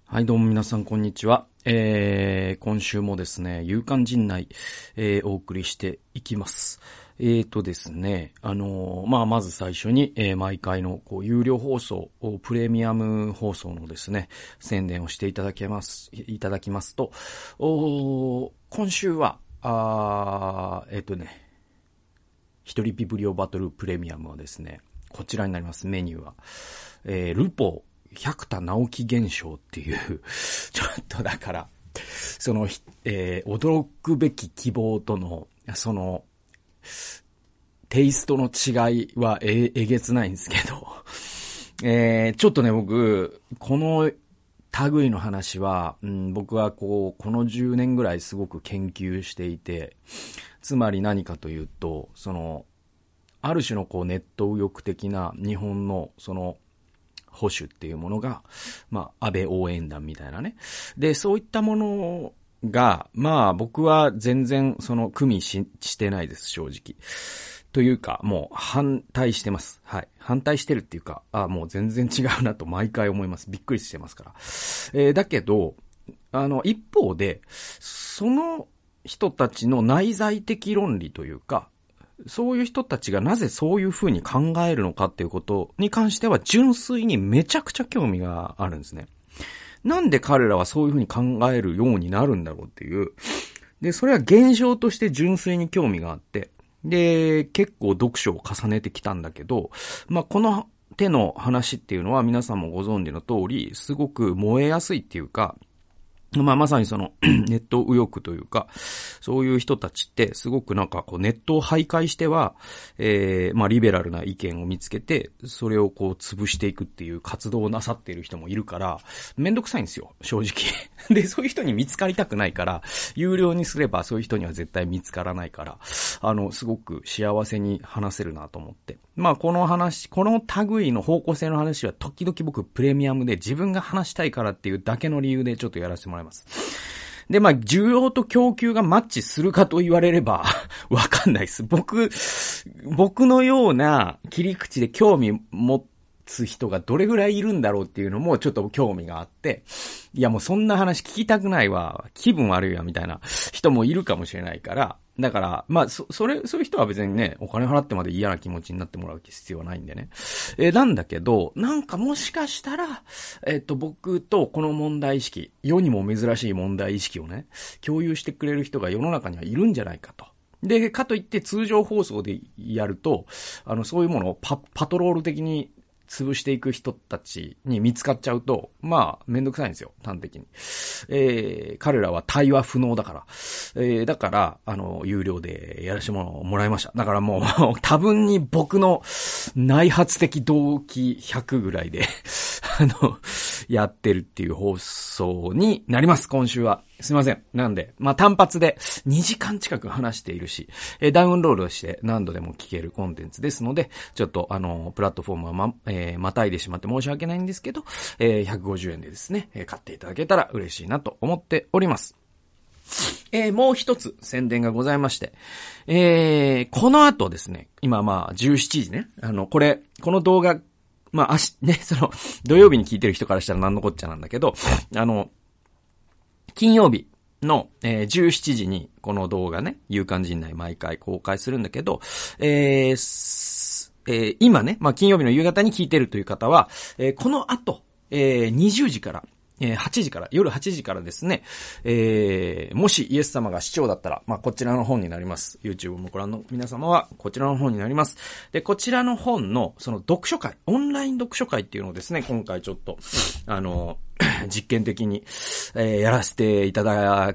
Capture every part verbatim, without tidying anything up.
はい、どうも皆さん、こんにちは。えー、今週もですね、夕刊陣内、えー、お送りしていきます。えーとですね、あのー、まあ、まず最初に、えー、毎回の、こう、有料放送、プレミアム放送のですね、宣伝をしていただけます、いただきますと、お今週は、あー、えーとね、一人ビブリオバトルプレミアムはですね、こちらになります、メニューは。えー、ルポ百田直樹現象っていう、ちょっとだから、その、えー、驚くべき希望との、その、テイストの違いはえ、えげつないんですけど、えー、ちょっとね、僕、この類の話は、うん、僕はこう、このじゅうねんぐらいすごく研究していて、つまり何かというと、その、ある種のこうネット右翼的な日本のその保守っていうものが、まあ安倍応援団みたいなね。で、そういったものが、まあ僕は全然その組みし、してないです、正直。というか、もう反対してます。はい。反対してるっていうか、あもう全然違うなと毎回思います。びっくりしてますから。えー、だけど、あの、一方で、その人たちの内在的論理というか、そういう人たちがなぜそういう風に考えるのかっていうことに関しては純粋にめちゃくちゃ興味があるんですね。なんで彼らはそういう風に考えるようになるんだろうっていう。で、それは現象として純粋に興味があって、で、結構読書を重ねてきたんだけど、まあ、この手の話っていうのは皆さんもご存知の通り、すごく燃えやすいっていうか、まあまさにそのネット右翼というか、そういう人たちってすごくなんかこうネットを徘徊しては、えー、まあリベラルな意見を見つけて、それをこう潰していくっていう活動をなさっている人もいるから、めんどくさいんですよ、正直。で、そういう人に見つかりたくないから、有料にすればそういう人には絶対見つからないから、あの、すごく幸せに話せるなと思って。まあこの話、この類の方向性の話は時々僕プレミアムで自分が話したいからっていうだけの理由でちょっとやらせてもらいます。で、まあ、需要と供給がマッチするかと言われれば、わかんないです。僕、僕のような切り口で興味持つ人がどれぐらいいるんだろうっていうのもちょっと興味があって、いやもうそんな話聞きたくないわ、気分悪いわみたいな人もいるかもしれないから、だから、まあ、そ、それ、そういう人は別にね、お金払ってまで嫌な気持ちになってもらう必要はないんでね。えー、なんだけど、なんかもしかしたら、えっと、僕とこの問題意識、世にも珍しい問題意識をね、共有してくれる人が世の中にはいるんじゃないかと。で、かといって通常放送でやると、あの、そういうものをパ、パトロール的に潰していく人たちに見つかっちゃうと、まあ、めんどくさいんですよ、端的に。えー、彼らは対話不能だから。えー、だから、あの、有料でやらせてもらいました。だからもう、多分に僕の内発的動機ひゃくぐらいで、あの、やってるっていう放送になります、今週は。すいません。なんで、まあ、単発でにじかん近く話しているし、えー、ダウンロードして何度でも聞けるコンテンツですので、ちょっとあの、プラットフォームはま、えー、またいでしまって申し訳ないんですけど、えー、ひゃくごじゅうえんでですね、えー、買っていただけたら嬉しいなと思っております。えー、もう一つ宣伝がございまして、えー、この後ですね、今まあじゅうしちじね、あの、これ、この動画、まあ、あし、ね、その、土曜日に聞いてる人からしたら何のこっちゃなんだけど、あの、金曜日の、えー、じゅうしちじにこの動画ね、夕刊陣内毎回公開するんだけど、えーえー、今ね、まあ、金曜日の夕方に聞いてるという方は、えー、この後、えー、にじゅうじから、えー、はちじから、夜はちじからですね、えー、もしイエス様が市長だったら、まあ、こちらの本になります。YouTube もご覧の皆様は、こちらの本になります。で、こちらの本の、その読書会、オンライン読書会っていうのをですね、今回ちょっと、あの、実験的に、えー、やらせていただ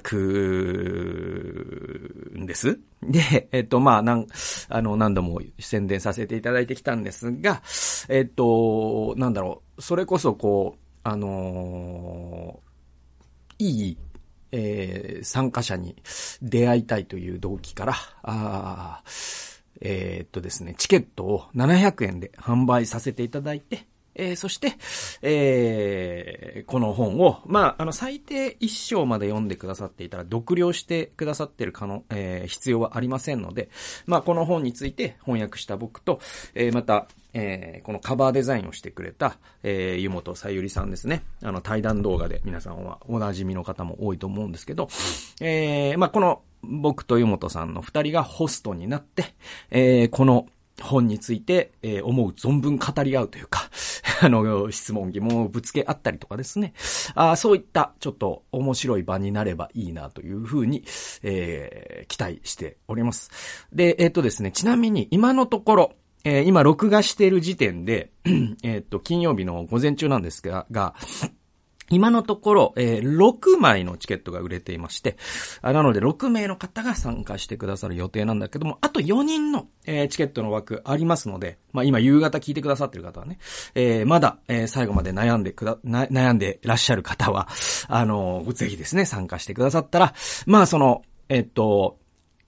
くんです。で、えっと、まあ、なん、あの、何度も宣伝させていただいてきたんですが、えっと、なんだろう、それこそこう、あのー、いい、えー、参加者に出会いたいという動機から、あえー、っとですね、チケットをななひゃくえんで販売させていただいて、えー、そして、ええー、この本を、まあ、あの、最低一章まで読んでくださっていたら、読了してくださってる可能、えー、必要はありませんので、まあ、この本について翻訳した僕と、えー、また、えー、このカバーデザインをしてくれた、えー、湯本さゆりさんですね。あの、対談動画で皆さんはお馴染みの方も多いと思うんですけど、えー、まあ、この僕と湯本さんの二人がホストになって、えー、この本について、えー、思う存分語り合うというか、あの、質問疑問をぶつけ合ったりとかですね。あ、そういったちょっと面白い場になればいいなというふうに、えー、期待しております。で、えっとですね、ちなみに今のところ、えー、今録画している時点で、えっと、金曜日の午前中なんですが、が今のところ、えー、ろくまいのチケットが売れていまして、あなのでろくめいの方が参加してくださる予定なんだけども、あとよにんの、えー、チケットの枠ありますので、まあ今夕方聞いてくださってる方はね、えー、まだ、えー、最後まで悩んでくだ、な、悩んでらっしゃる方は、あのー、ぜひですね、参加してくださったら、まあその、えっと、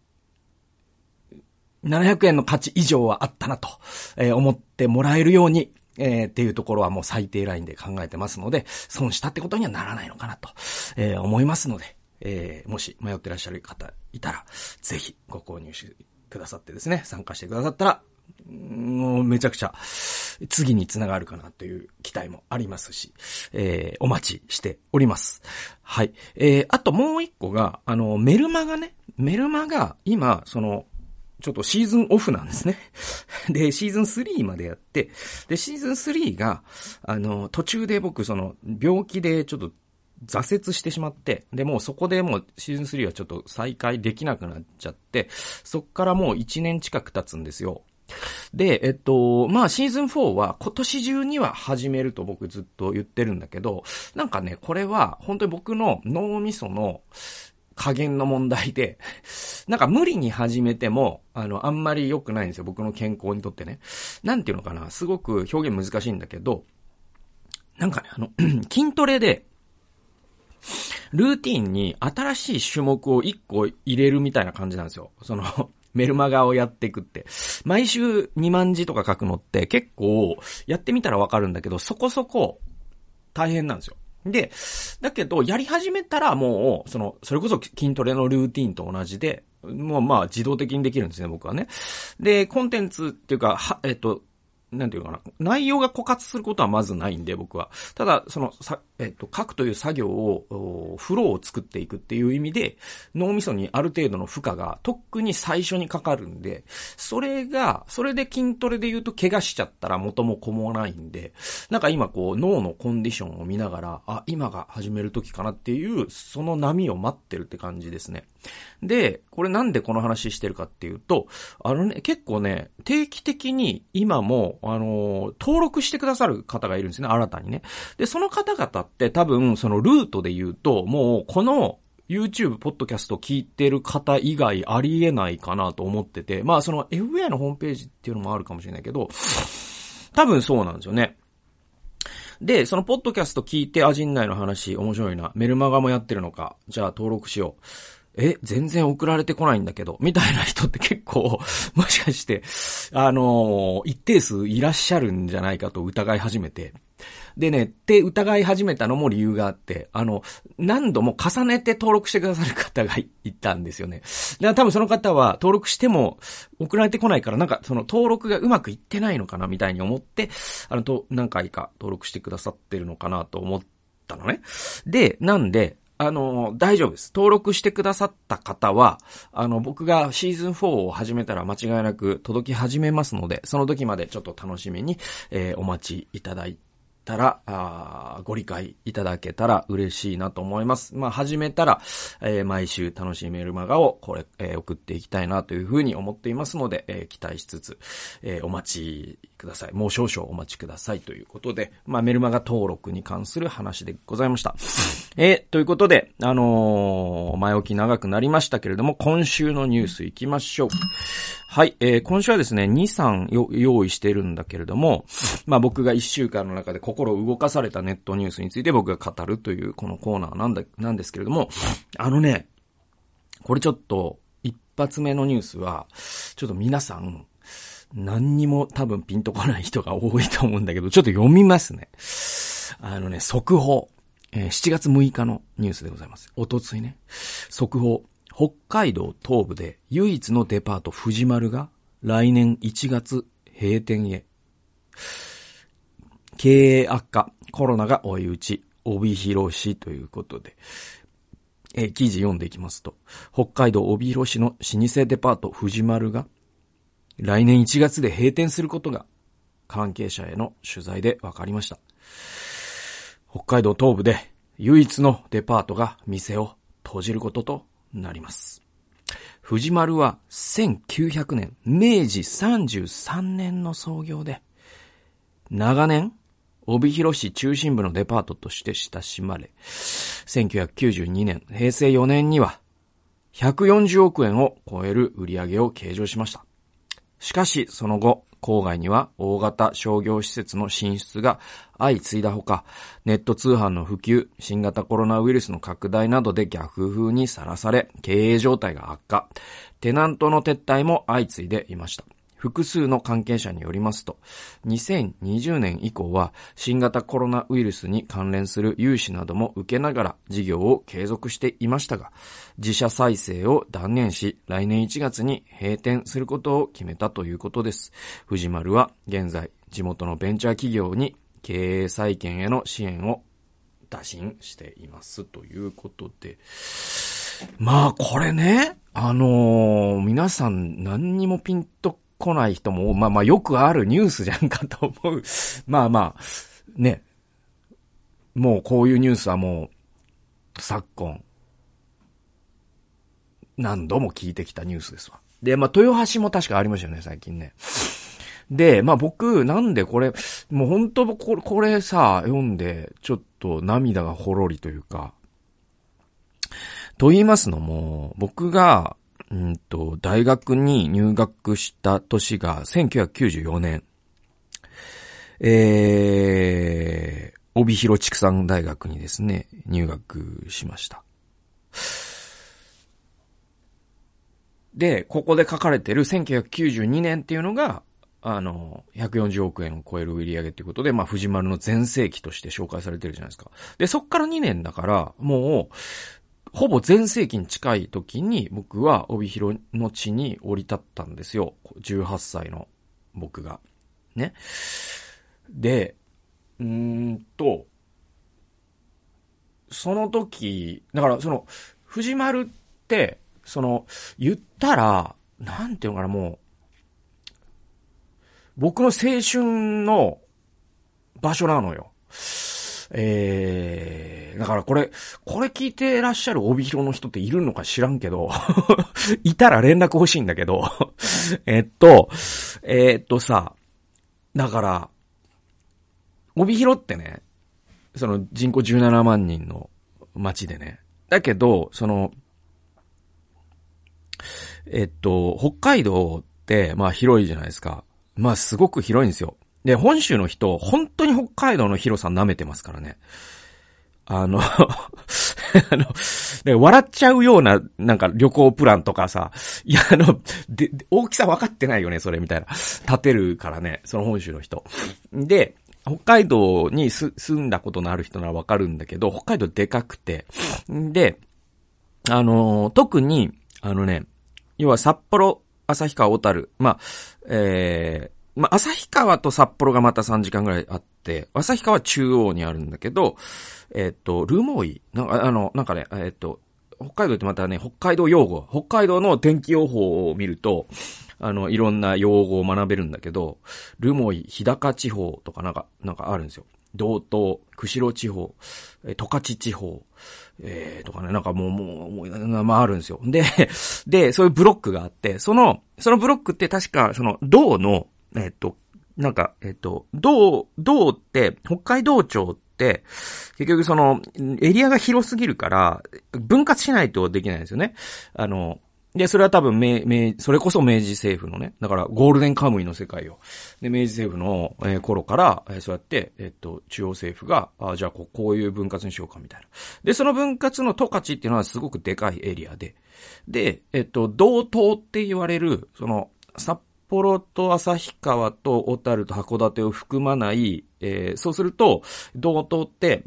ななひゃくえんの価値以上はあったなと、えー、思ってもらえるように、えー、っていうところはもう最低ラインで考えてますので、損したってことにはならないのかなと、えー、思いますので、えー、もし迷ってらっしゃる方いたら、ぜひご購入してくださってですね、参加してくださったら、もうめちゃくちゃ次につながるかなという期待もありますし、えー、お待ちしております。はい。えー、あともう一個が、あの、メルマガね、メルマガ、今、その、ちょっとシーズンオフなんですね。で、シーズンスリーまでやって、で、シーズンスリーが、あの、途中で僕、その、病気でちょっと挫折してしまって、で、もうそこでもうシーズンスリーはちょっと再開できなくなっちゃって、そっからもういちねん近く経つんですよ。で、えっと、まあ、シーズンフォーは今年中には始めると僕ずっと言ってるんだけど、なんかね、これは本当に僕の脳みその、加減の問題で、なんか無理に始めても、あの、あんまり良くないんですよ。僕の健康にとってね。なんていうのかな、すごく表現難しいんだけど、なんかね、あの、筋トレで、ルーティンに新しい種目をいっこ入れるみたいな感じなんですよ。その、メルマガをやっていくって。毎週にまんじとか書くのって結構、やってみたらわかるんだけど、そこそこ大変なんですよ。で、だけど、やり始めたらもう、その、それこそ筋トレのルーティンと同じで、もうまあ自動的にできるんですね、僕はね。で、コンテンツっていうか、は、えっと、なんていうのかな。内容が枯渇することはまずないんで、僕は。ただ、その、さ、えっと、書くという作業を、フローを作っていくっていう意味で、脳みそにある程度の負荷が、特に最初にかかるんで、それが、それで筋トレで言うと怪我しちゃったら元も子もないんで、なんか今こう、脳のコンディションを見ながら、あ、今が始める時かなっていう、その波を待ってるって感じですね。で、これなんでこの話してるかっていうと、あのね、結構ね、定期的に今も、あのー、登録してくださる方がいるんですね、新たにね。で、その方々って多分、そのルートで言うと、もう、この、YouTube、ポッドキャスト聞いてる方以外ありえないかなと思ってて、まあその エフエー のホームページっていうのもあるかもしれないけど、多分そうなんですよね。で、そのポッドキャスト聞いて、あ、陣内の話面白いな、メルマガもやってるのか、じゃあ登録しよう。え、全然送られてこないんだけど、みたいな人って結構、もしかして、あのー、一定数いらっしゃるんじゃないかと疑い始めて。でね、って疑い始めたのも理由があって、あの、何度も重ねて登録してくださる方がいたんですよね。だから多分その方は登録しても送られてこないから、なんかその登録がうまくいってないのかなみたいに思って、あの、と、何回か登録してくださってるのかなと思ったのね。で、なんで、あの、大丈夫です。登録してくださった方は、あの、僕がシーズンフォーを始めたら間違いなく届き始めますので、その時までちょっと楽しみに、えー、お待ちいただいて、たらあご理解いただけたら嬉しいなと思います。まあ始めたら、えー、毎週楽しいメルマガをこれ、えー、送っていきたいなというふうに思っていますので、えー、期待しつつ、えー、お待ちください。もう少々お待ちくださいということで、まあメルマガ登録に関する話でございました。えー、ということで、あのー、前置き長くなりましたけれども、今週のニュースいきましょう。はい、えー、今週はですね、に、さんよ用意してるんだけれども、まあ僕がいっしゅうかんの中で心を動かされたネットニュースについて僕が語るというこのコーナーなんだ、なんですけれども、あのね、これちょっと一発目のニュースは、ちょっと皆さん、何にも多分ピンとこない人が多いと思うんだけど、ちょっと読みますね。あのね、速報。 えー、しちがつむいかのニュースでございます。おとついね。速報。北海道東部で唯一のデパート藤丸が来年いちがつ閉店へ。経営悪化、コロナが追い打ち、帯広市ということで、えー、記事読んでいきますと、北海道帯広市の老舗デパート藤丸が来年いちがつで閉店することが関係者への取材で分かりました。北海道東部で唯一のデパートが店を閉じることとなります。藤丸はせんきゅうひゃくねん、めいじさんじゅうさんねんの創業で、長年、帯広市中心部のデパートとして親しまれ、せんきゅうひゃくきゅうじゅうにねん、へいせいよねんにはひゃくよんじゅうおくえんを超える売り上げを計上しました。しかし、その後、郊外には大型商業施設の進出が相次いだほか、ネット通販の普及、新型コロナウイルスの拡大などで逆風にさらされ、経営状態が悪化、テナントの撤退も相次いでいました。複数の関係者によりますと、にせんにじゅうねん以降は新型コロナウイルスに関連する融資なども受けながら事業を継続していましたが、自社再生を断念し、来年いちがつに閉店することを決めたということです。藤丸は現在、地元のベンチャー企業に経営再建への支援を打診していますということで、まあこれね、あのー、皆さん何にもピンと来ない人も、まあまあよくあるニュースじゃんかと思う。まあまあ、ね。もうこういうニュースはもう、昨今、何度も聞いてきたニュースですわ。で、まあ豊橋も確かありましたよね、最近ね。で、まあ僕、なんでこれ、もう本当これ、これさ、読んで、ちょっと涙がほろりというか、と言いますのも、僕が、うんと、大学に入学した年がせんきゅうひゃくきゅうじゅうよねん。えー、帯広畜産大学にですね、入学しました。で、ここで書かれてるせんきゅうひゃくきゅうじゅうにねんっていうのが、あの、ひゃくよんじゅうおくえんを超える売り上げということで、まあ、藤丸の全盛期として紹介されてるじゃないですか。で、そっからにねんだから、もう、ほぼ全盛期に近い時に僕は帯広の地に降り立ったんですよ。じゅうはっさいの僕が。ね。で、うーんと、その時、だからその、藤丸って、その、言ったら、なんていうのかな、もう、僕の青春の場所なのよ。えー、だからこれ、これ聞いてらっしゃる帯広の人っているのか知らんけど、いたら連絡欲しいんだけど、えっと、えー、っとさ、だから、帯広ってね、その人口じゅうななまんにんの町でね、だけど、その、えっと、北海道って、まあ広いじゃないですか。まあすごく広いんですよ。で、本州の人、本当に北海道の広さ舐めてますからね。あの、あの、で笑っちゃうような、なんか旅行プランとかさ、いや、あの、で、大きさ分かってないよね、それ、みたいな。立てるからね、その本州の人。で、北海道にす住んだことのある人なら分かるんだけど、北海道でかくて。で、あの、特に、あのね、要は札幌、旭川、小樽、まあ、えー、まあ、旭川と札幌がまたさんじかんぐらいあって、旭川は中央にあるんだけど、えっと、留萌なんか、あの、なんかね、えっと、北海道ってまたね、北海道用語、北海道の天気予報を見ると、あの、いろんな用語を学べるんだけど、留萌、日高地方とかなんか、なんかあるんですよ。道東、釧路地方、十勝地方、えー、とかね、なんかもう、もう、もう、まああるんですよ。で、で、そういうブロックがあって、その、そのブロックって確か、その、道の、えっと、なんか、えっと、道、道って、北海道庁って、結局その、エリアが広すぎるから、分割しないとできないんですよね。あの、で、それは多分、明、明、それこそ明治政府のね、だからゴールデンカムイの世界よ。で、明治政府の、えー、頃から、えー、そうやって、えー、っと、中央政府が、あじゃあこう、こういう分割にしようかみたいな。で、その分割の十勝っていうのはすごくでかいエリアで、で、えー、っと、道東って言われる、その、札幌と旭川と小樽と函館を含まない、えー、そうすると、道東って大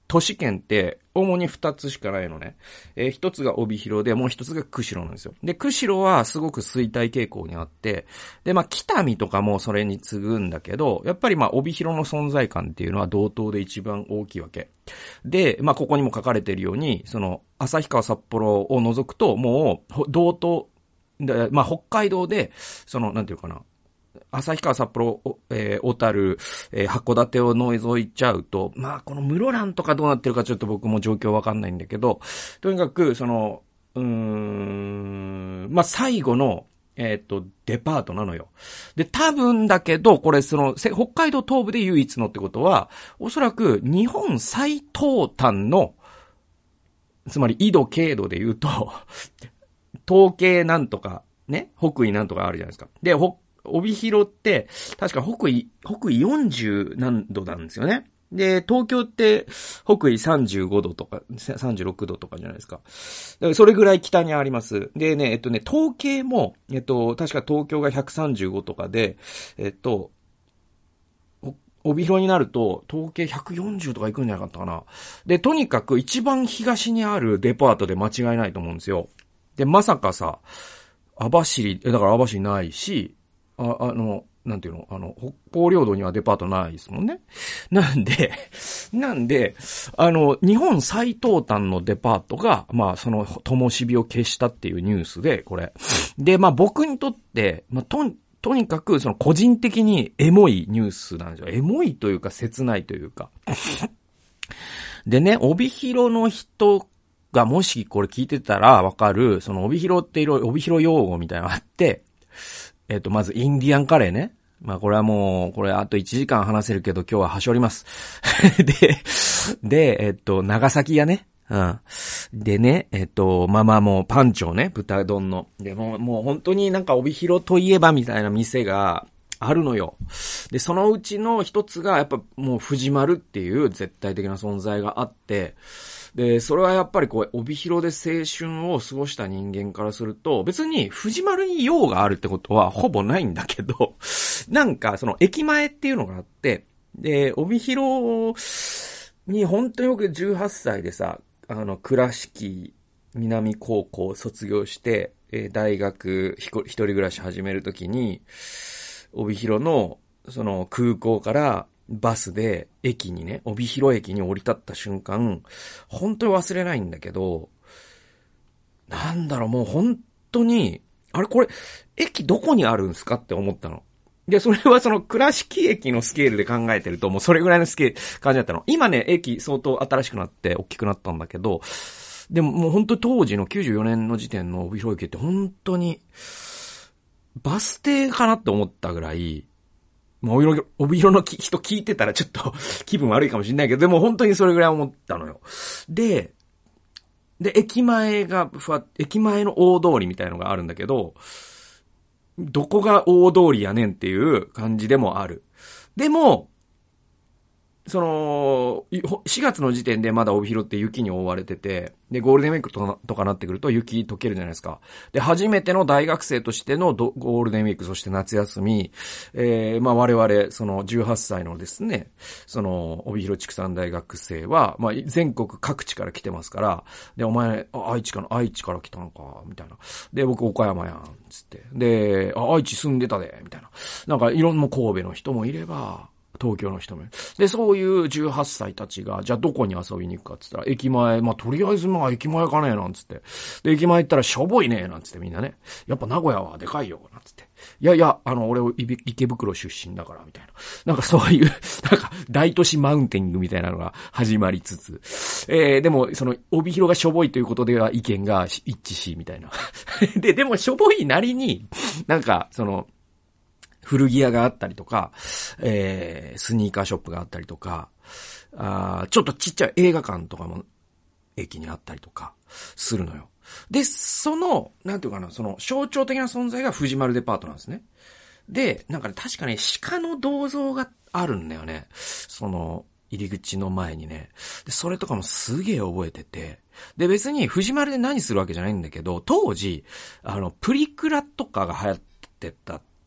都市圏って主に二つしかないのね。えー、一つが帯広で、もう一つが釧路なんですよ。で、釧路はすごく衰退傾向にあって、で、まあ、北見とかもそれに次ぐんだけど、やっぱりまあ、帯広の存在感っていうのは同等で一番大きいわけ。で、まあ、ここにも書かれているように、その、旭川札幌を除くと、もう、同等、で、まあ、北海道で、その、なんていうかな、旭川、札幌、えー、小樽、えー、函館を除いちゃうと、まあ、この室蘭とかどうなってるかちょっと僕も状況わかんないんだけど、とにかく、その、うーん、まあ、最後の、えっと、デパートなのよ。で、多分だけど、これその、北海道東部で唯一のってことは、おそらく日本最東端の、つまり緯度経度で言うと、東経なんとか、ね、北緯なんとかあるじゃないですか。で、北帯広って、確か北緯、北緯よんじゅう何度なんですよね。で、東京って北緯さんじゅうごどとか、さんじゅうろくどとかじゃないですか。だからそれぐらい北にあります。でね、えっとね、東経も、えっと、確か東京がひゃくさんじゅうごとかで、えっと、帯広になると、東経ひゃくよんじゅうとか行くんじゃなかったかな。で、とにかく一番東にあるデパートで間違いないと思うんですよ。で、まさかさ、網走、だから網走ないし、あ、あの、なんていうのあの、北方領土にはデパートないですもんね。なんで、なんで、あの、日本最東端のデパートが、まあ、その、灯火を消したっていうニュースで、これ。で、まあ、僕にとって、まあ、と、とにかく、その、個人的にエモいニュースなんですよ。エモいというか、切ないというか。でね、帯広の人が、もしこれ聞いてたらわかる、その、帯広っていろいろ、帯広用語みたいなのがあって、えっと、まず、インディアンカレーね。まあ、これはもう、これあといちじかん話せるけど、今日ははしょります。で、で、えっと、長崎屋ね。うん。でね、えっと、まあまあもう、パンチョね、豚丼の。で、もう、もう本当になんか帯広といえばみたいな店があるのよ。で、そのうちの一つが、やっぱもう、藤丸っていう絶対的な存在があって、で、それはやっぱりこう、帯広で青春を過ごした人間からすると、別に藤丸に用があるってことはほぼないんだけど、なんかその駅前っていうのがあって、で、帯広に本当に僕じゅうはっさいでさ、あの、倉敷南高校卒業して、えー、大学一人暮らし始めるときに、帯広のその空港からバスで駅にね、帯広駅に降り立った瞬間、本当に忘れないんだけど、なんだろう、もう本当に、あれこれ、駅どこにあるんすかって思ったの。で、それはその倉敷駅のスケールで考えてると、もうそれぐらいのスケール、感じだったの。今ね、駅相当新しくなって大きくなったんだけど、でももう本当当時のきゅうじゅうよねんの時点の帯広駅って本当に、バス停かなって思ったぐらい、もう帯広の人聞いてたらちょっと気分悪いかもしれないけど、でも本当にそれぐらい思ったのよ。で、で、駅前がふわ、駅前の大通りみたいのがあるんだけど、どこが大通りやねんっていう感じでもある。でも、その、しがつの時点でまだ帯広って雪に覆われてて、で、ゴールデンウィークとかとかなってくると雪溶けるじゃないですか。で、初めての大学生としてのゴールデンウィーク、そして夏休み、えー、まあ我々、そのじゅうはっさいのですね、その、帯広畜産大学生は、まあ全国各地から来てますから、で、お前、愛知から、愛知から来たのか、みたいな。で、僕岡山やん、つって。で、あ、愛知住んでたで、みたいな。なんかいろんな神戸の人もいれば、東京の人も。で、そういうじゅうはっさいたちが、じゃあどこに遊びに行くかって言ったら、駅前、まあ、とりあえずまあ、駅前かねえなんつって。で、駅前行ったらしょぼいねえなんつってみんなね。やっぱ名古屋はでかいよ、なんつって。いやいや、あの、俺、池袋出身だから、みたいな。なんかそういう、なんか、大都市マウンティングみたいなのが始まりつつ。えー、でも、その、帯広がしょぼいということでは意見が一致し、みたいな。で、でもしょぼいなりに、なんか、その、古着屋があったりとか、えー、スニーカーショップがあったりとか、あちょっとちっちゃい映画館とかも駅にあったりとかするのよ。で、その、なんていうかな、その象徴的な存在が藤丸デパートなんですね。で、なんかね、確かね、鹿の銅像があるんだよね。その、入り口の前にね。で、それとかもすげえ覚えてて。で、別に藤丸で何するわけじゃないんだけど、当時、あの、プリクラとかが流行ってた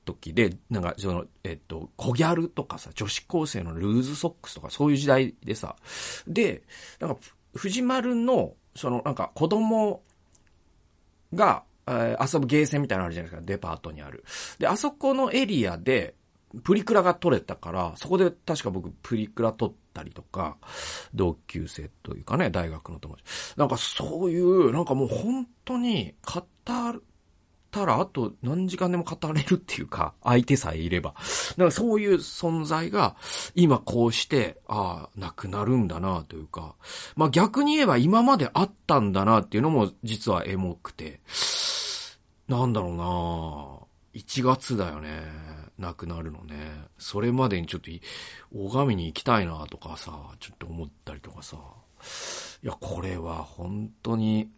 時で、なんかその、えっと、小ギャルとかさ、女子高生のルーズソックスとかそういう時代でさ、で、なんか、藤丸の、そのなんか子供が、えー、遊ぶゲーセンみたいなのあるじゃないですか、デパートにある。で、あそこのエリアで、プリクラが撮れたから、そこで確か僕プリクラ撮ったりとか、同級生というかね、大学の友達。なんかそういう、なんかもう本当に、語ったらあと何時間でも語れるっていうか、相手さえいれば。なんかそういう存在が、今こうして、ああ、なくなるんだなというか、まあ逆に言えば今まであったんだなっていうのも実はエモくて、なんだろうないちがつだよね。亡くなるのね。それまでにちょっと拝みに行きたいなとかさ、ちょっと思ったりとかさ。いや、これは本当に、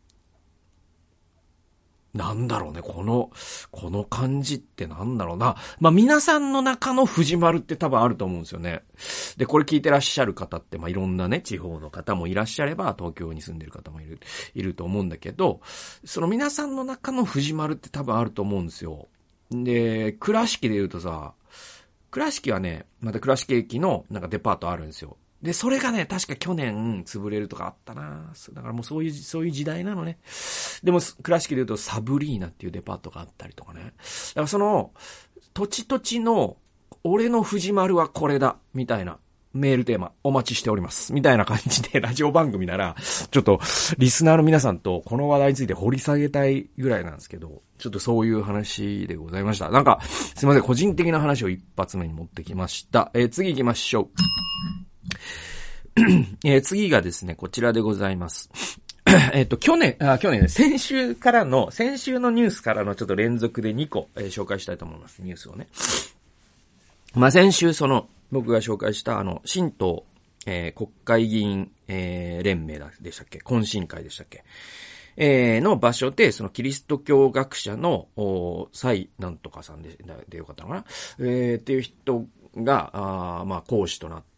なんだろうね、この、この感じってなんだろうな。まあ皆さんの中の藤丸って多分あると思うんですよね。で、これ聞いてらっしゃる方って、まあいろんなね、地方の方もいらっしゃれば、東京に住んでる方もいる、いると思うんだけど、その皆さんの中の藤丸って多分あると思うんですよ。で、倉敷で言うとさ、倉敷はね、また倉敷駅のなんかデパートあるんですよ。で、それがね、確か去年潰れるとかあったな。だからもうそういう、そういう時代なのね。でも、倉敷で言うとサブリーナっていうデパートがあったりとかね。だからその、土地土地の、俺の藤丸はこれだ、みたいな。メールテーマお待ちしております。みたいな感じでラジオ番組なら、ちょっとリスナーの皆さんとこの話題について掘り下げたいぐらいなんですけど、ちょっとそういう話でございました。なんか、すいません、個人的な話を一発目に持ってきました。えー、次行きましょう。えー、次がですね、こちらでございます。えっと、去年、あ、去年ね、先週からの、先週のニュースからのちょっと連続でにこ、えー、紹介したいと思います。ニュースをね。まあ、先週その、僕が紹介したあの、新党、えー、国会議員、えー、連盟でしたっけ懇親会でしたっけえー、の場所で、そのキリスト教学者の、お蔡なんとかさんで、でよかったのかなえー、っていう人が、あまあ、講師となって、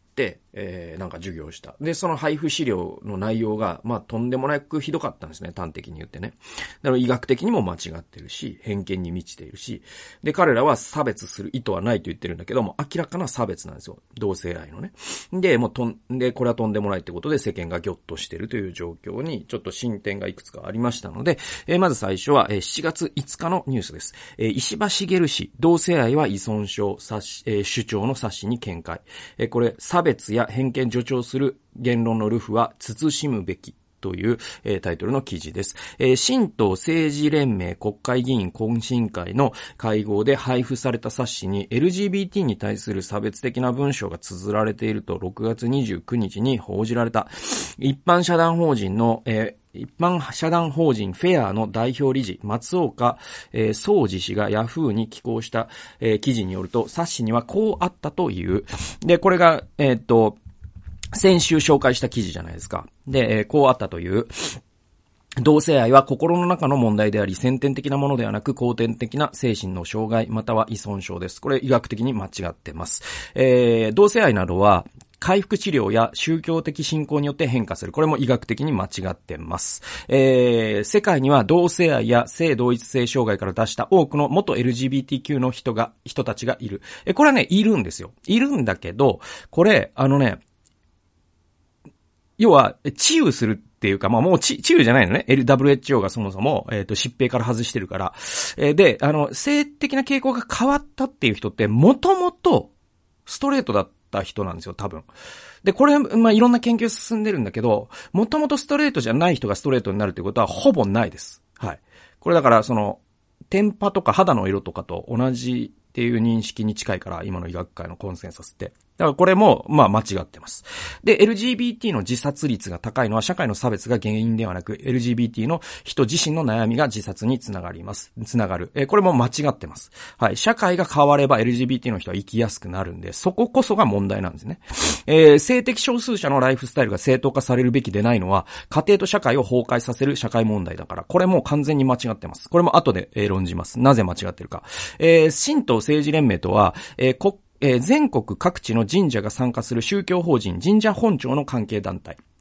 えー、なんか授業をした。で、その配布資料の内容が、まあ、とんでもなくひどかったんですね。端的に言ってね。だから医学的にも間違ってるし、偏見に満ちているし、で、彼らは差別する意図はないと言ってるんだけども、明らかな差別なんですよ。同性愛のね。で、もうとん、で、これはとんでもないってことで世間がギョッとしているという状況に、ちょっと進展がいくつかありましたので、えー、まず最初は、えー、しちがついつかのニュースです。えー、石破茂氏、同性愛は依存症、冊子、えー、主張の冊子に見解。えー、これ、差別や偏見助長する言論の流布は慎むべきという、えー、タイトルの記事です。えー、新党政治連盟国会議員懇親会の会合で配布された冊子に エルジービーティー に対する差別的な文章が綴られているとろくがつにじゅうくにちに報じられた。一般社団法人の、えー一般社団法人フェアの代表理事、松岡、えー、総司氏がヤフーに寄稿した、えー、記事によると、冊子にはこうあったという。で、これが、えーっと、先週紹介した記事じゃないですか。で、えー、こうあったという。同性愛は心の中の問題であり、先天的なものではなく、後天的な精神の障害、または依存症です。これ医学的に間違ってます。えー、同性愛などは、回復治療や宗教的信仰によって変化する。これも医学的に間違ってます。えー、世界には同性愛や性同一性障害から出した多くの元 エルジービーティーキュー の人が、人たちがいる。え、これはね、いるんですよ。いるんだけど、これ、あのね、要は、治癒するっていうか、まあもう治癒じゃないのね。ダブリューエイチオー がそもそも、えっと、疾病から外してるから。えー、で、あの、性的な傾向が変わったっていう人って、もともと、ストレートだった人なんですよ、多分。で、これ、まあいろんな研究進んでるんだけど、もともとストレートじゃない人がストレートになるってことは、ほぼないです。はい。これだから、その、天パとか肌の色とかと同じっていう認識に近いから、今の医学界のコンセンサスって。だからこれも、まあ間違ってます。で、エルジービーティー の自殺率が高いのは社会の差別が原因ではなく、エルジービーティー の人自身の悩みが自殺につながります。つながる。えー、これも間違ってます。はい。社会が変われば エルジービーティー の人は生きやすくなるんで、そここそが問題なんですね。えー、性的少数者のライフスタイルが正当化されるべきでないのは、家庭と社会を崩壊させる社会問題だから、これも完全に間違ってます。これも後で、えー、論じます。なぜ間違ってるか。えー、新党政治連盟とは、えー、国えー、全国各地の神社が参加する宗教法人神社本庁の関係団体。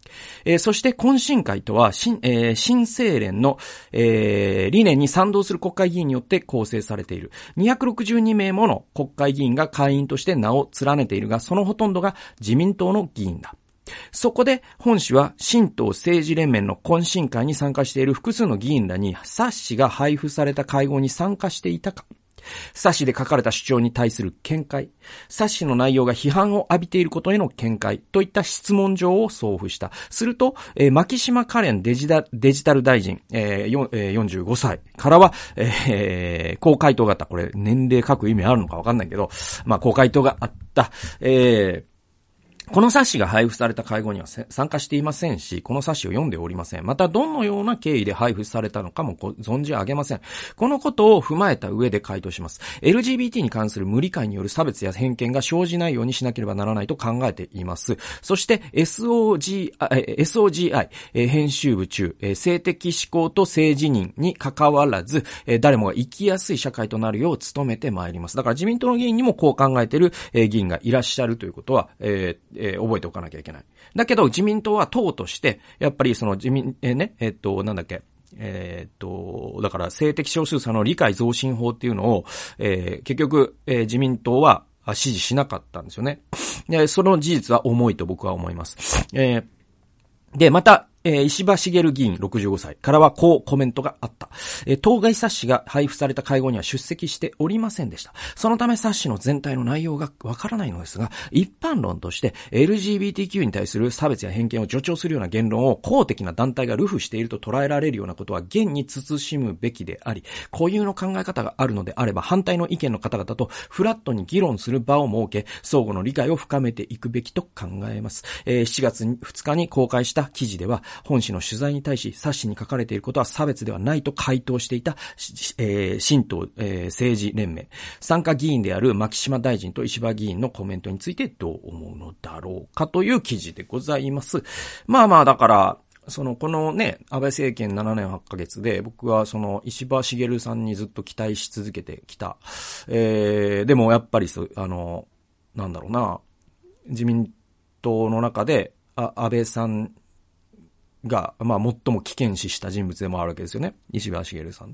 えー、そして懇親会とは、新、えー、新生連の、えー、理念に賛同する国会議員によって構成されている。にひゃくろくじゅうにめいもの国会議員が会員として名を連ねているが、そのほとんどが自民党の議員だ。そこで本氏は新党政治連盟の懇親会に参加している複数の議員らに冊子が配布された会合に参加していたか、冊子で書かれた主張に対する見解、冊子の内容が批判を浴びていることへの見解といった質問状を送付した。すると、えー、牧島かれんデジタル、デジタル大臣、えーえー、よんじゅうごさいからは、えー、こう回答があった。これ年齢書く意味あるのかわかんないけど、まあこう回答があった。えーこの冊子が配布された会合には参加していませんし、この冊子を読んでおりません。また、どのような経緯で配布されたのかも存じ上げません。このことを踏まえた上で回答します。エルジービーティー に関する無理解による差別や偏見が生じないようにしなければならないと考えています。そして、エスオージーアイ、エスオージーアイ、編集部中、性的指向と性自認に関わらず、誰もが生きやすい社会となるよう努めてまいります。だから自民党の議員にもこう考えている議員がいらっしゃるということは、えーえー、覚えておかなきゃいけない。だけど自民党は党として、やっぱりその自民、えー、ね、えー、っと、なんだっけ、えー、っと、だから性的少数者の理解増進法っていうのを、えー、結局、えー、自民党は支持しなかったんですよね。で、その事実は重いと僕は思います。えー、で、また、えー、石破茂議員ろくじゅうごさいからはこうコメントがあった。えー、当該冊子が配布された会合には出席しておりませんでした。そのため冊子の全体の内容がわからないのですが、一般論として エルジービーティーキュー に対する差別や偏見を助長するような言論を公的な団体が流布していると捉えられるようなことは厳に慎むべきであり、固有の考え方があるのであれば反対の意見の方々とフラットに議論する場を設け、相互の理解を深めていくべきと考えます。えー、しちがつふつかに公開した記事では、本氏の取材に対し冊子に書かれていることは差別ではないと回答していた、えー、新党、えー、政治連盟参加議員である牧島大臣と石破議員のコメントについてどう思うのだろうかという記事でございます。まあまあだからそのこのね安倍政権ななねんはちかげつで僕はその石破茂さんにずっと期待し続けてきた。えー、でもやっぱりそあのなんだろうな自民党の中であ安倍さんが、まあ、最も危険視した人物でもあるわけですよね。石破茂さんって。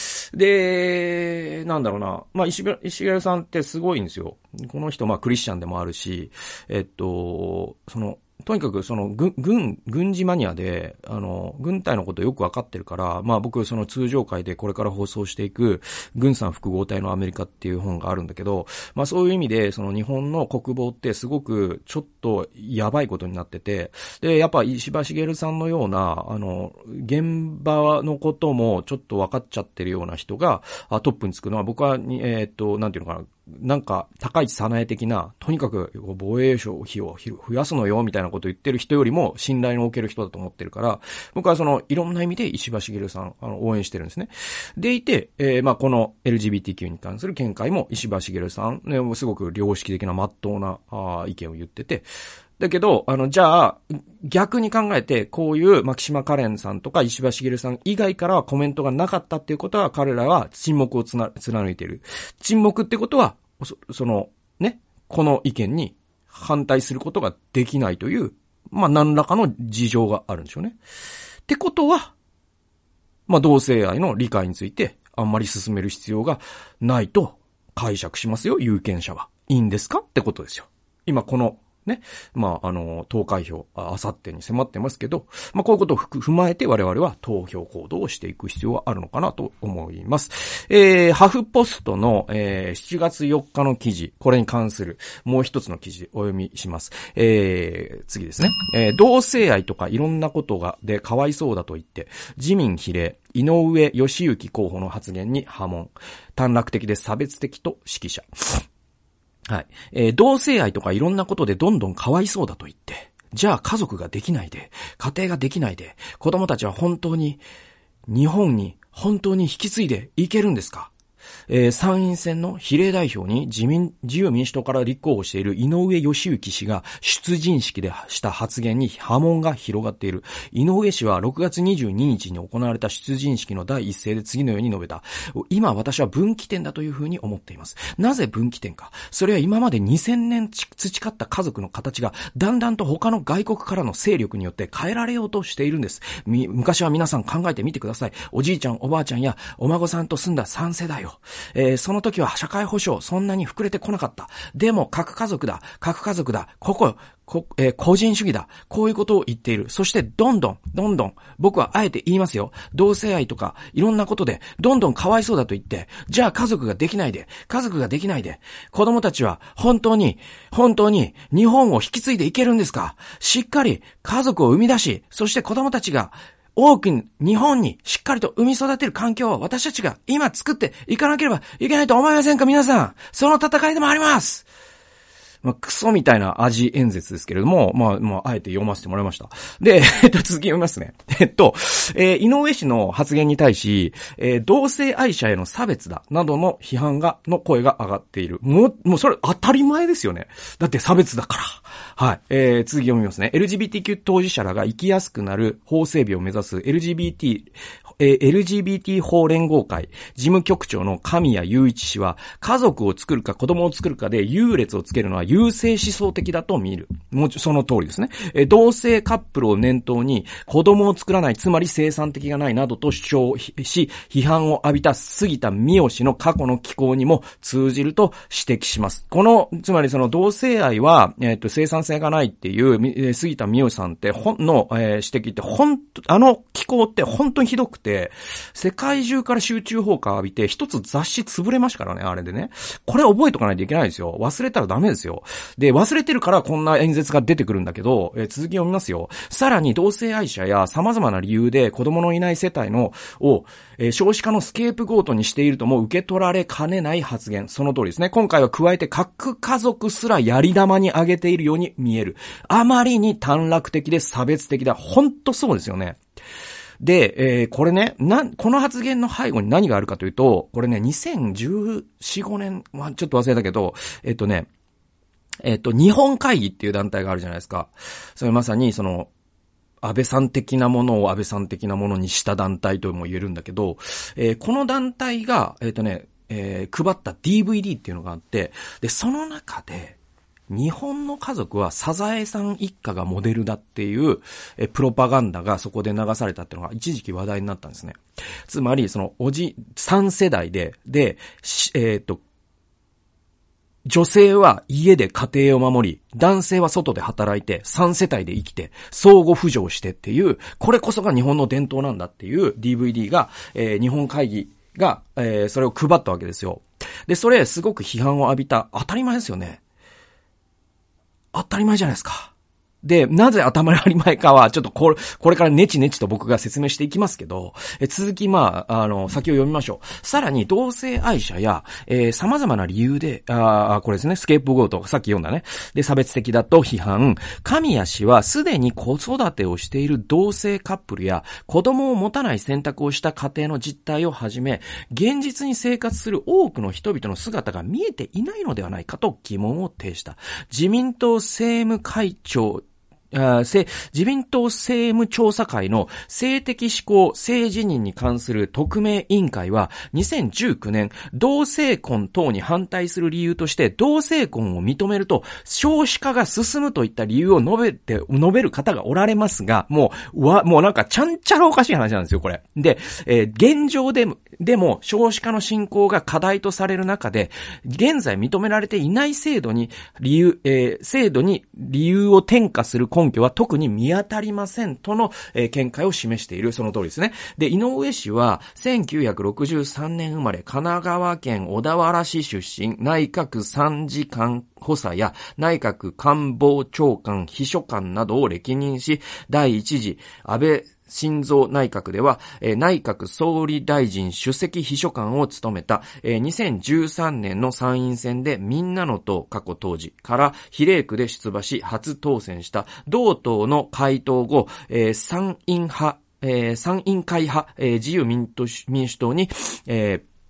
で、なんだろうな。まあ、石破茂さんってすごいんですよ。この人、まあ、クリスチャンでもあるし、えっと、その、とにかくその軍、軍、軍事マニアで、あの、軍隊のことよくわかってるから、まあ僕その通常会でこれから放送していく、軍産複合体のアメリカっていう本があるんだけど、まあそういう意味で、その日本の国防ってすごくちょっとやばいことになってて、で、やっぱ石破茂さんのような、あの、現場のこともちょっと分かっちゃってるような人がトップにつくのは僕は、えっと、なんていうのかな、なんか、高市早苗的な、とにかく防衛省費を増やすのよ、みたいなことを言ってる人よりも信頼のおける人だと思ってるから、僕はその、いろんな意味で石破茂さん、あの、応援してるんですね。でいて、えー、まあ、この エルジービーティーキュー に関する見解も石破茂さん、ね、すごく良識的な真っ当なあ意見を言ってて、だけど、あの、じゃあ、逆に考えて、こういう牧島かれんさんとか石破茂さん以外からはコメントがなかったっていうことは、彼らは沈黙をつな貫いている。沈黙ってことは、そ, その、ね、この意見に反対することができないという、まあ、何らかの事情があるんでしょうね。ってことは、まあ、同性愛の理解について、あんまり進める必要がないと解釈しますよ、有権者は。いいんですかってことですよ。今この、ね。まあ、あの、投開票、あさってに迫ってますけど、まあ、こういうことを踏まえて我々は投票行動をしていく必要はあるのかなと思います。えー、ハフポストの、えー、しちがつよっかの記事、これに関するもう一つの記事お読みします。えー、次ですね。えー、同性愛とかいろんなことが、で、かわいそうだと言って、自民比例、井上義行候補の発言に波紋。短絡的で差別的と指揮者。はい。えー、同性愛とかいろんなことでどんどんかわいそうだと言って、じゃあ家族ができないで、家庭ができないで、子供たちは本当に、日本に本当に引き継いでいけるんですか？ えー、参院選の比例代表に自民、自由民主党から立候補している井上義行氏が出陣式でした発言に波紋が広がっている。井上氏はろくがつにじゅうににちに行われた出陣式の第一声で次のように述べた。今私は分岐点だというふうに思っています。なぜ分岐点か。それは今までにせんねん培った家族の形がだんだんと他の外国からの勢力によって変えられようとしているんです。昔は皆さん考えてみてください。おじいちゃんおばあちゃんやお孫さんと住んださんせだいを、えー、その時は社会保障そんなに膨れてこなかった。でも核家族だ核家族だこここ、えー、個人主義だ。こういうことを言っている。そしてどんどん、どんどん、僕はあえて言いますよ。同性愛とか、いろんなことで、どんどんかわいそうだと言って、じゃあ家族ができないで、家族ができないで、子供たちは本当に、本当に日本を引き継いでいけるんですか？しっかり家族を生み出し、そして子供たちが、多く日本にしっかりと生み育てる環境を私たちが今作っていかなければいけないと思いませんか？皆さん。その戦いでもあります。まあ、クソみたいな味演説ですけれども、まあ、まあ、あえて読ませてもらいました。で、えっと、続き読みますね。えっと、えー、井上氏の発言に対し、えー、同性愛者への差別だ、などの批判が、の声が上がっている。もう、もうそれ当たり前ですよね。だって差別だから。はい。えー、続き読みますね。エルジービーティーキュー 当事者らが生きやすくなる法整備を目指す エルジービーティー、えー、エルジービーティー 法連合会事務局長の神谷雄一氏は、家族を作るか子供を作るかで優劣をつけるのは優勢思想的だと見る。もちろんその通りですね。えー、同性カップルを念頭に子供を作らない、つまり生産的がないなどと主張し、批判を浴びた杉田水脈氏の過去の寄稿にも通じると指摘します。この、つまりその同性愛は、えっと、生産性がないっていう、えー、杉田水脈さんって本の、えー、指摘って本当、あの寄稿って本当にひどくて、世界中から集中砲火を浴びて一つ雑誌潰れましたからね、あれでね。これ覚えとかないといけないですよ。忘れたらダメですよ。で、忘れてるからこんな演説が出てくるんだけど、えー、続き読みますよ。さらに同性愛者や様々な理由で子供のいない世帯のを、えー、少子化のスケープゴートにしているとも受け取られかねない発言。その通りですね。今回は加えて核家族すらやり玉に挙げているように見える。あまりに短絡的で差別的だ。ほんとそうですよね。で、えー、これね、な、この発言の背後に何があるかというと、これね、にせんじゅうよん、ごねん、まあ、ちょっと忘れたけど、えっとね、えっと、日本会議っていう団体があるじゃないですか。それまさに、その、安倍さん的なものを安倍さん的なものにした団体とも言えるんだけど、えー、この団体が、えっとね、えー、配った ディーブイディー っていうのがあって、で、その中で、日本の家族はサザエさん一家がモデルだっていうえプロパガンダがそこで流されたっていうのが一時期話題になったんですね。つまりそのおじさん世代ででえっと女性は家で家庭を守り、男性は外で働いてさん世帯で生きて相互扶助してっていう、これこそが日本の伝統なんだっていう ディーブイディー が、えー、日本会議が、えー、それを配ったわけですよ。でそれすごく批判を浴びた。当たり前ですよね。当たり前じゃないですか。で、なぜ当たり前かは、ちょっとこれ、これからネチネチと僕が説明していきますけど、え続き、まあ、あの、先を読みましょう。さらに、同性愛者や、えー、様々な理由で、あこれですね、スケープゴート、さっき読んだね。で、差別的だと批判。神谷氏は、すでに子育てをしている同性カップルや、子供を持たない選択をした家庭の実態をはじめ、現実に生活する多くの人々の姿が見えていないのではないかと疑問を呈した。自民党政務会長、自民党政務調査会の性的指向性自認に関する特命委員会はにせんじゅうきゅうねん同性婚等に反対する理由として同性婚を認めると少子化が進むといった理由を述べて、述べる方がおられますが、もう、わ、もうなんかちゃんちゃらおかしい話なんですよ、これ。で、えー、現状でも、でも少子化の進行が課題とされる中で、現在認められていない制度に理由、えー、制度に理由を転嫁する根拠は特に見当たりませんとの、えー、見解を示している。その通りですね。で、井上氏はせんきゅうひゃくろくじゅうさんねん生まれ、神奈川県小田原市出身、内閣参事官補佐や内閣官房長官秘書官などを歴任し、第一次安倍晋三内閣では、えー、内閣総理大臣首席秘書官を務めた、えー、にせんじゅうさんねんの参院選でみんなの党過去当時から比例区で出馬し初当選した同党の回答後、えー、参院派、えー、参院会派、えー、自由民主、民主党に、えー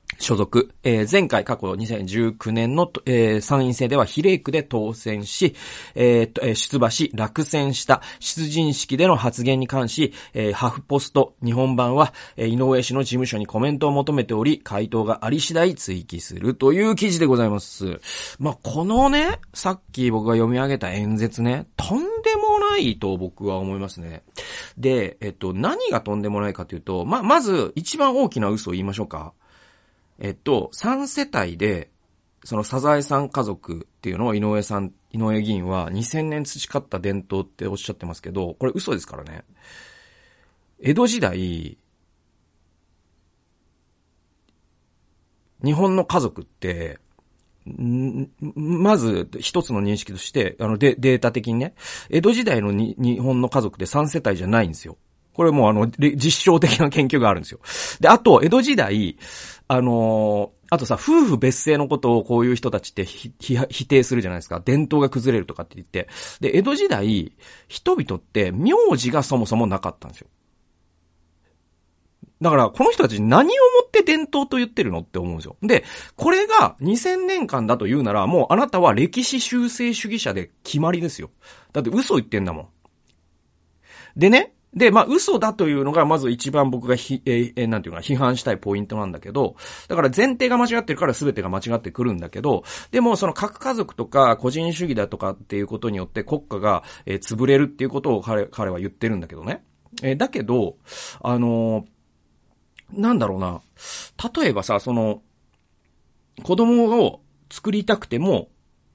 所属。えー、前回過去にせんじゅうきゅうねんの、えー、参院選では比例区で当選し、えーとえー、出馬し落選した出陣式での発言に関し、えー、ハフポスト日本版は、えー、井上氏の事務所にコメントを求めており、回答があり次第追記するという記事でございます。まあ、このね、さっき僕が読み上げた演説ね、とんでもないと僕は思いますね。で、えっと、何がとんでもないかというと、ま、まず一番大きな嘘を言いましょうか。えっと、さん世帯で、そのサザエさん家族っていうのを井上さん、井上議員はにせんねん培った伝統っておっしゃってますけど、これ嘘ですからね。江戸時代、日本の家族って、んまず一つの認識として、あのデ、データ的にね、江戸時代のに日本の家族ってさん世帯じゃないんですよ。これもうあの、実証的な研究があるんですよ。で、あと、江戸時代、あのー、あとさ、夫婦別姓のことをこういう人たちってひひ否定するじゃないですか。伝統が崩れるとかって言って。で、江戸時代、人々って名字がそもそもなかったんですよ。だから、この人たち何をもって伝統と言ってるのって思うんですよ。で、これがにせんねんかんだと言うなら、もうあなたは歴史修正主義者で決まりですよ。だって嘘言ってんだもん。でね、で、まあ、嘘だというのが、まず一番僕がひ、えー、なんていうか、批判したいポイントなんだけど、だから前提が間違ってるから全てが間違ってくるんだけど、でもその核家族とか個人主義だとかっていうことによって国家が、えー、潰れるっていうことを彼、彼は言ってるんだけどね。えー、だけど、あのー、なんだろうな。例えばさ、その、子供を作りたくても、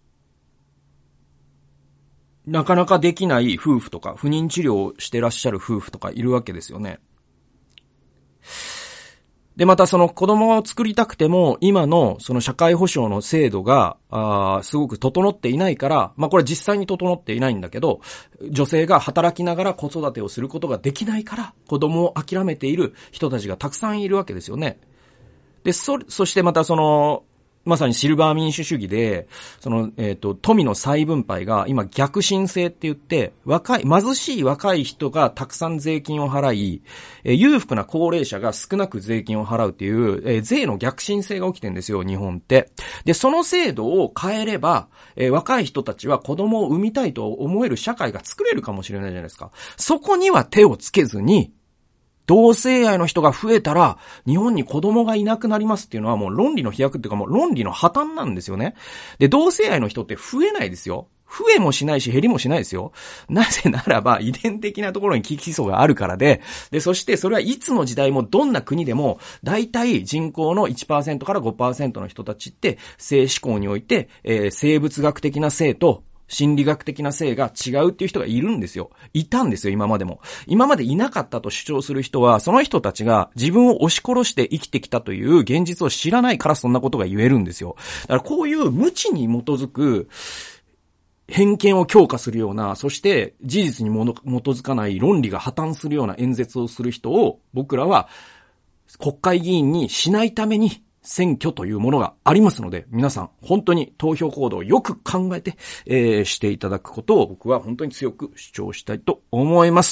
なかなかできない夫婦とか、不妊治療をしてらっしゃる夫婦とかいるわけですよね。で、またその子供を作りたくても、今のその社会保障の制度が、あすごく整っていないから、まあこれ実際に整っていないんだけど、女性が働きながら子育てをすることができないから、子供を諦めている人たちがたくさんいるわけですよね。で、そ、そしてまたその、まさにシルバー民主主義で、その、えっと、富の再分配が今逆進性って言って、若い、貧しい若い人がたくさん税金を払い、えー、裕福な高齢者が少なく税金を払うっていう、えー、税の逆進性が起きてるんですよ、日本って。で、その制度を変えれば、えー、若い人たちは子供を産みたいと思える社会が作れるかもしれないじゃないですか。そこには手をつけずに、同性愛の人が増えたら、日本に子供がいなくなりますっていうのはもう論理の飛躍っていうかもう論理の破綻なんですよね。で、同性愛の人って増えないですよ。増えもしないし減りもしないですよ。なぜならば遺伝的なところに基礎があるからで、で、そしてそれはいつの時代もどんな国でも、大体人口の いちパーセント から ごパーセント の人たちって性思考において、えー、生物学的な性と、心理学的な性が違うっていう人がいるんですよ。いたんですよ、今までも。今までいなかったと主張する人は、その人たちが自分を押し殺して生きてきたという現実を知らないからそんなことが言えるんですよ。だからこういう無知に基づく偏見を強化するような、そして事実に基づかない論理が破綻するような演説をする人を僕らは国会議員にしないために選挙というものがありますので、皆さん本当に投票行動をよく考えて、えー、していただくことを僕は本当に強く主張したいと思います。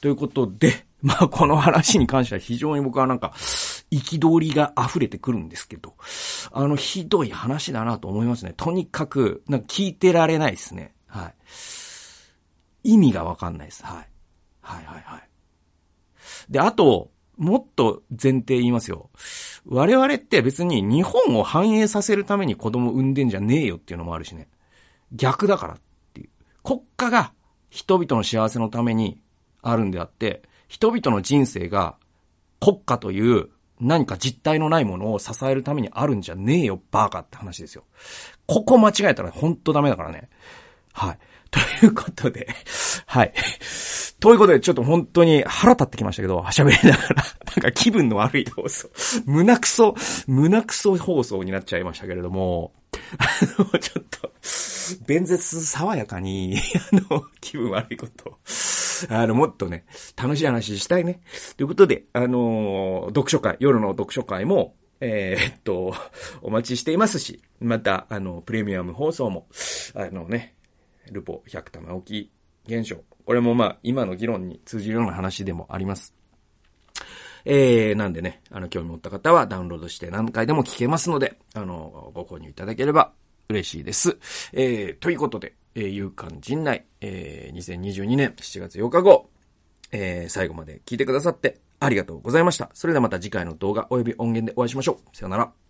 ということで、まあこの話に関しては非常に僕はなんか憤りが溢れてくるんですけど、あのひどい話だなと思いますね。とにかくなんか聞いてられないですね。はい。意味がわかんないです。はい。はいはいはい。で、あと、もっと前提言いますよ。我々って別に日本を繁栄させるために子供産んでんじゃねえよっていうのもあるしね。逆だからっていう。国家が人々の幸せのためにあるんであって、人々の人生が国家という何か実体のないものを支えるためにあるんじゃねえよ、バーカって話ですよ。ここ間違えたら本当ダメだからね。はい。ということで、はい。ということで、ちょっと本当に腹立ってきましたけど、喋りながら、なんか気分の悪い放送、胸クソ、胸クソ放送になっちゃいましたけれども、あの、ちょっと、弁舌爽やかに、あの、気分悪いこと、あの、もっとね、楽しい話したいね。ということで、あの、読書会、夜の読書会も、えー、っと、お待ちしていますし、また、あの、プレミアム放送も、あのね、ルポひゃく玉置き現象。これもまあ今の議論に通じるような話でもあります。 えー、なんでね、あの、興味持った方はダウンロードして何回でも聞けますので、あの、ご購入いただければ嬉しいです。えー、ということで、えー、夕刊陣内、えー、にせんにじゅうにねんしちがつようか号、えー、最後まで聞いてくださってありがとうございました。それではまた次回の動画および音源でお会いしましょう。さよなら。